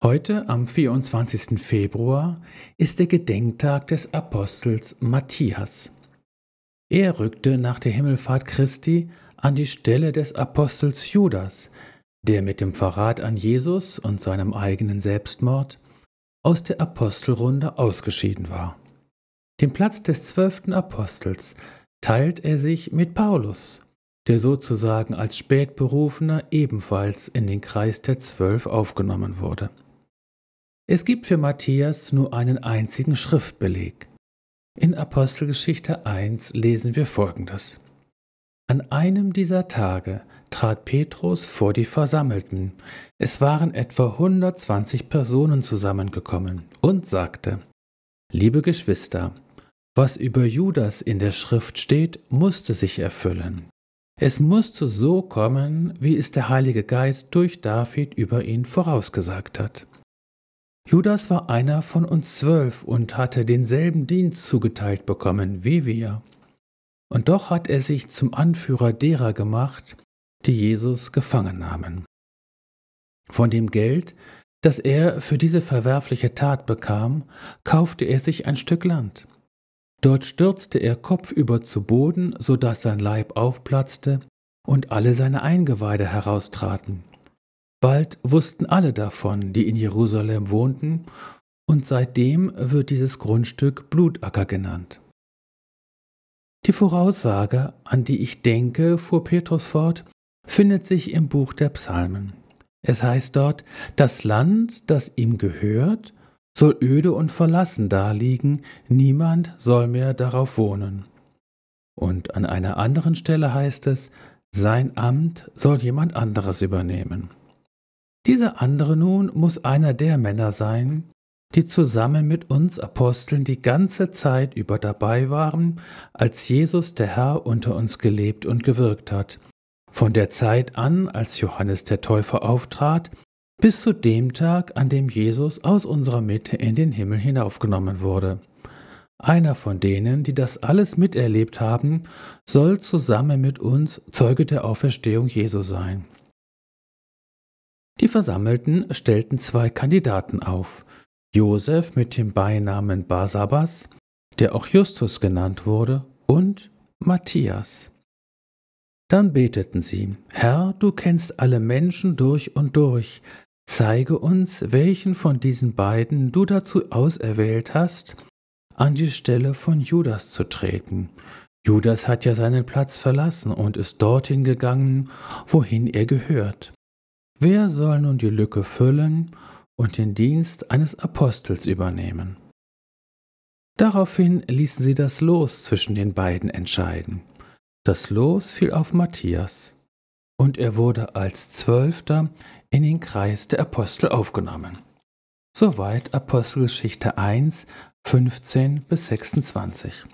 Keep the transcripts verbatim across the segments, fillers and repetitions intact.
Heute, am vierundzwanzigsten Februar, ist der Gedenktag des Apostels Matthias. Er rückte nach der Himmelfahrt Christi an die Stelle des Apostels Judas, der mit dem Verrat an Jesus und seinem eigenen Selbstmord aus der Apostelrunde ausgeschieden war. Den Platz des zwölften Apostels teilt er sich mit Paulus, der sozusagen als Spätberufener ebenfalls in den Kreis der Zwölf aufgenommen wurde. Es gibt für Matthias nur einen einzigen Schriftbeleg. In Apostelgeschichte eins lesen wir Folgendes: An einem dieser Tage trat Petrus vor die Versammelten, es waren etwa hundertzwanzig Personen zusammengekommen, und sagte: Liebe Geschwister, was über Judas in der Schrift steht, musste sich erfüllen. Es musste so kommen, wie es der Heilige Geist durch David über ihn vorausgesagt hat. Judas war einer von uns zwölf und hatte denselben Dienst zugeteilt bekommen wie wir. Und doch hat er sich zum Anführer derer gemacht, die Jesus gefangen nahmen. Von dem Geld, das er für diese verwerfliche Tat bekam, kaufte er sich ein Stück Land. Dort stürzte er kopfüber zu Boden, so dass sein Leib aufplatzte und alle seine Eingeweide heraustraten. Bald wussten alle davon, die in Jerusalem wohnten, und seitdem wird dieses Grundstück Blutacker genannt. Die Voraussage, an die ich denke, fuhr Petrus fort, findet sich im Buch der Psalmen. Es heißt dort: Das Land, das ihm gehört, soll öde und verlassen daliegen, niemand soll mehr darauf wohnen. Und an einer anderen Stelle heißt es: Sein Amt soll jemand anderes übernehmen. Dieser andere nun muss einer der Männer sein, die zusammen mit uns Aposteln die ganze Zeit über dabei waren, als Jesus der Herr unter uns gelebt und gewirkt hat, von der Zeit an, als Johannes der Täufer auftrat, bis zu dem Tag, an dem Jesus aus unserer Mitte in den Himmel hinaufgenommen wurde. Einer von denen, die das alles miterlebt haben, soll zusammen mit uns Zeuge der Auferstehung Jesu sein. Die Versammelten stellten zwei Kandidaten auf: Josef mit dem Beinamen Barsabas, der auch Justus genannt wurde, und Matthias. Dann beteten sie: Herr, du kennst alle Menschen durch und durch. Zeige uns, welchen von diesen beiden du dazu auserwählt hast, an die Stelle von Judas zu treten. Judas hat ja seinen Platz verlassen und ist dorthin gegangen, wohin er gehört. Wer soll nun die Lücke füllen und den Dienst eines Apostels übernehmen? Daraufhin ließen sie das Los zwischen den beiden entscheiden. Das Los fiel auf Matthias, und er wurde als Zwölfter in den Kreis der Apostel aufgenommen. Soweit Apostelgeschichte eins, fünfzehn bis sechsundzwanzig.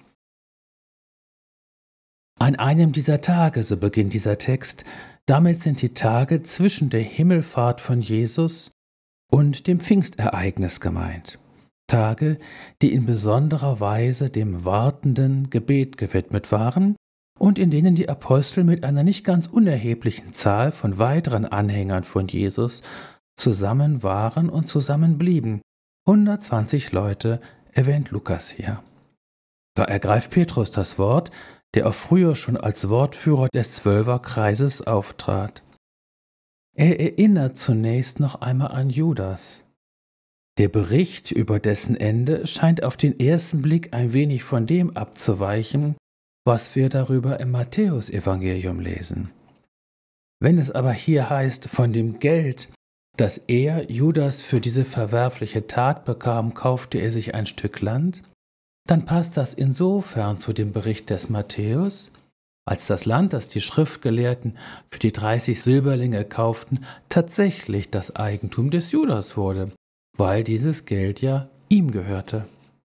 An einem dieser Tage, so beginnt dieser Text, damit sind die Tage zwischen der Himmelfahrt von Jesus und dem Pfingstereignis gemeint. Tage, die in besonderer Weise dem wartenden Gebet gewidmet waren und in denen die Apostel mit einer nicht ganz unerheblichen Zahl von weiteren Anhängern von Jesus zusammen waren und zusammen blieben. hundertzwanzig Leute erwähnt Lukas hier. Da ergreift Petrus das Wort, der auch früher schon als Wortführer des Zwölferkreises auftrat. Er erinnert zunächst noch einmal an Judas. Der Bericht über dessen Ende scheint auf den ersten Blick ein wenig von dem abzuweichen, was wir darüber im Matthäusevangelium lesen. Wenn es aber hier heißt, von dem Geld, das er, Judas, für diese verwerfliche Tat bekam, kaufte er sich ein Stück Land, dann passt das insofern zu dem Bericht des Matthäus, als das Land, das die Schriftgelehrten für die dreißig Silberlinge kauften, tatsächlich das Eigentum des Judas wurde, weil dieses Geld ja ihm gehörte.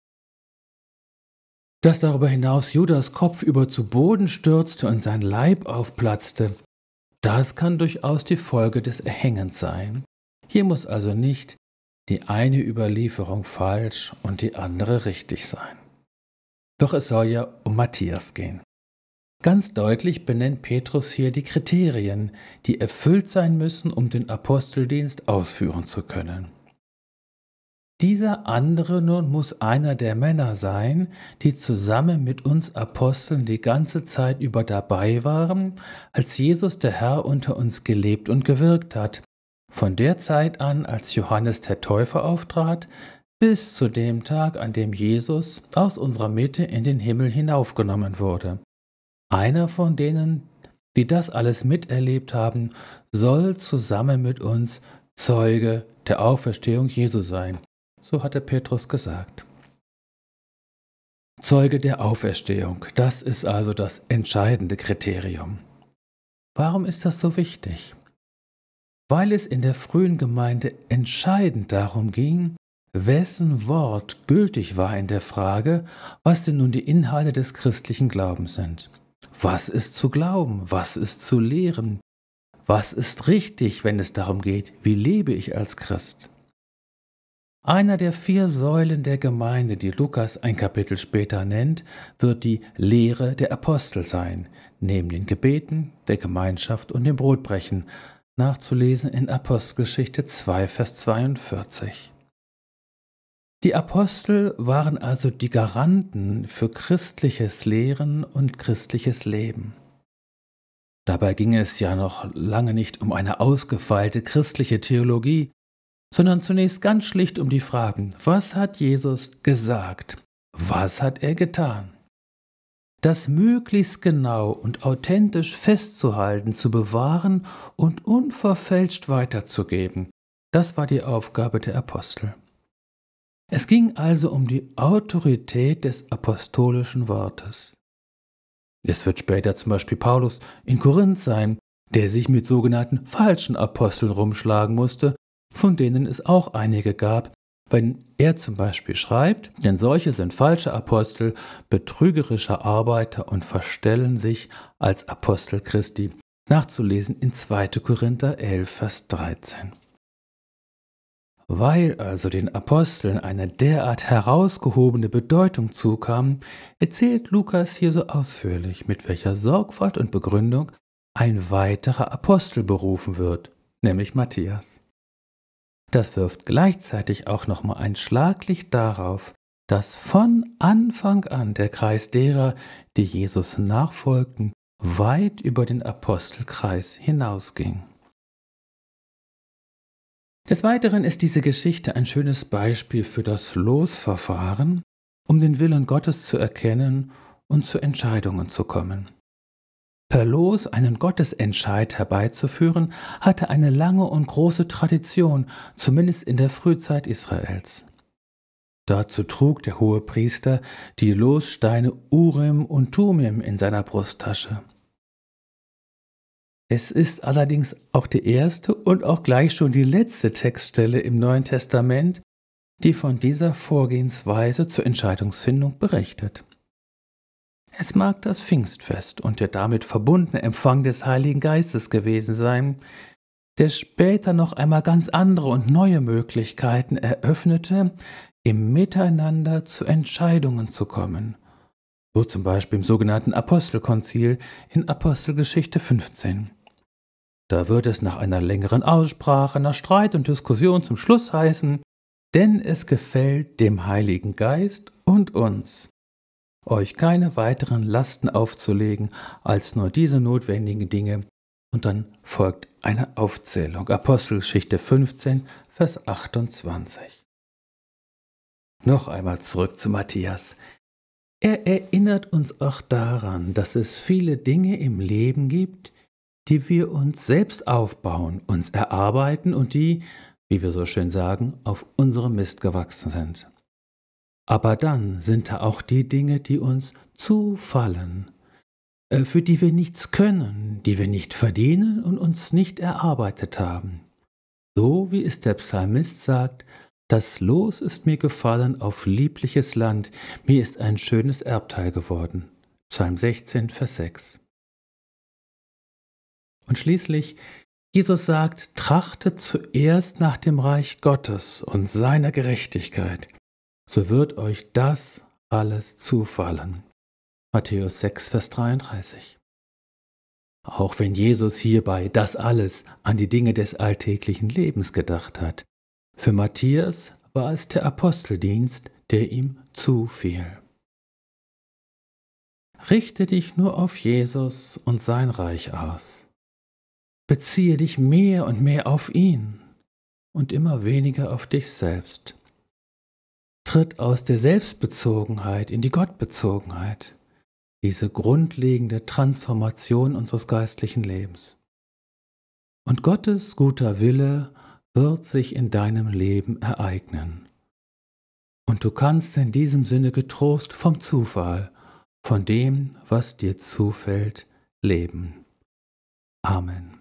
Dass darüber hinaus Judas kopfüber zu Boden stürzte und sein Leib aufplatzte, das kann durchaus die Folge des Erhängens sein. Hier muss also nicht die eine Überlieferung falsch und die andere richtig sein. Doch es soll ja um Matthias gehen. Ganz deutlich benennt Petrus hier die Kriterien, die erfüllt sein müssen, um den Aposteldienst ausführen zu können. Dieser andere nun muss einer der Männer sein, die zusammen mit uns Aposteln die ganze Zeit über dabei waren, als Jesus der Herr unter uns gelebt und gewirkt hat, von der Zeit an, als Johannes der Täufer auftrat, bis zu dem Tag, an dem Jesus aus unserer Mitte in den Himmel hinaufgenommen wurde. Einer von denen, die das alles miterlebt haben, soll zusammen mit uns Zeuge der Auferstehung Jesu sein. So hatte Petrus gesagt. Zeuge der Auferstehung, das ist also das entscheidende Kriterium. Warum ist das so wichtig? Weil es in der frühen Gemeinde entscheidend darum ging, wessen Wort gültig war in der Frage, was denn nun die Inhalte des christlichen Glaubens sind. Was ist zu glauben? Was ist zu lehren? Was ist richtig, wenn es darum geht, wie lebe ich als Christ? Einer der vier Säulen der Gemeinde, die Lukas ein Kapitel später nennt, wird die Lehre der Apostel sein, neben den Gebeten, der Gemeinschaft und dem Brotbrechen, nachzulesen in Apostelgeschichte zwei, Vers zweiundvierzig. Die Apostel waren also die Garanten für christliches Lehren und christliches Leben. Dabei ging es ja noch lange nicht um eine ausgefeilte christliche Theologie, sondern zunächst ganz schlicht um die Fragen: Was hat Jesus gesagt? Was hat er getan? Das möglichst genau und authentisch festzuhalten, zu bewahren und unverfälscht weiterzugeben, das war die Aufgabe der Apostel. Es ging also um die Autorität des apostolischen Wortes. Es wird später zum Beispiel Paulus in Korinth sein, der sich mit sogenannten falschen Aposteln rumschlagen musste, von denen es auch einige gab, wenn er zum Beispiel schreibt: Denn solche sind falsche Apostel, betrügerische Arbeiter und verstellen sich als Apostel Christi. Nachzulesen in zweiter Korinther elf, Vers dreizehn. Weil also den Aposteln eine derart herausgehobene Bedeutung zukam, erzählt Lukas hier so ausführlich, mit welcher Sorgfalt und Begründung ein weiterer Apostel berufen wird, nämlich Matthias. Das wirft gleichzeitig auch nochmal ein Schlaglicht darauf, dass von Anfang an der Kreis derer, die Jesus nachfolgten, weit über den Apostelkreis hinausging. Des Weiteren ist diese Geschichte ein schönes Beispiel für das Losverfahren, um den Willen Gottes zu erkennen und zu Entscheidungen zu kommen. Per Los einen Gottesentscheid herbeizuführen, hatte eine lange und große Tradition, zumindest in der Frühzeit Israels. Dazu trug der Hohepriester die Lossteine Urim und Tumim in seiner Brusttasche. Es ist allerdings auch die erste und auch gleich schon die letzte Textstelle im Neuen Testament, die von dieser Vorgehensweise zur Entscheidungsfindung berichtet. Es mag das Pfingstfest und der damit verbundene Empfang des Heiligen Geistes gewesen sein, der später noch einmal ganz andere und neue Möglichkeiten eröffnete, im Miteinander zu Entscheidungen zu kommen. So zum Beispiel im sogenannten Apostelkonzil in Apostelgeschichte fünfzehn. Da wird es nach einer längeren Aussprache, nach Streit und Diskussion zum Schluss heißen: Denn es gefällt dem Heiligen Geist und uns, euch keine weiteren Lasten aufzulegen, als nur diese notwendigen Dinge. Und dann folgt eine Aufzählung. Apostelgeschichte fünfzehn, Vers achtundzwanzig. Noch einmal zurück zu Matthias. Er erinnert uns auch daran, dass es viele Dinge im Leben gibt, die wir uns selbst aufbauen, uns erarbeiten und die, wie wir so schön sagen, auf unserem Mist gewachsen sind. Aber dann sind da auch die Dinge, die uns zufallen, für die wir nichts können, die wir nicht verdienen und uns nicht erarbeitet haben. So wie es der Psalmist sagt: Das Los ist mir gefallen auf liebliches Land, mir ist ein schönes Erbteil geworden. Psalm sechzehn, Vers sechs. Und schließlich, Jesus sagt: Trachtet zuerst nach dem Reich Gottes und seiner Gerechtigkeit, so wird euch das alles zufallen. Matthäus sechs, Vers dreiunddreißig. Auch wenn Jesus hierbei das alles an die Dinge des alltäglichen Lebens gedacht hat, für Matthias war es der Aposteldienst, der ihm zufiel. Richte dich nur auf Jesus und sein Reich aus. Beziehe dich mehr und mehr auf ihn und immer weniger auf dich selbst. Tritt aus der Selbstbezogenheit in die Gottbezogenheit, diese grundlegende Transformation unseres geistlichen Lebens. Und Gottes guter Wille wird sich in deinem Leben ereignen. Und du kannst in diesem Sinne getrost vom Zufall, von dem, was dir zufällt, leben. Amen.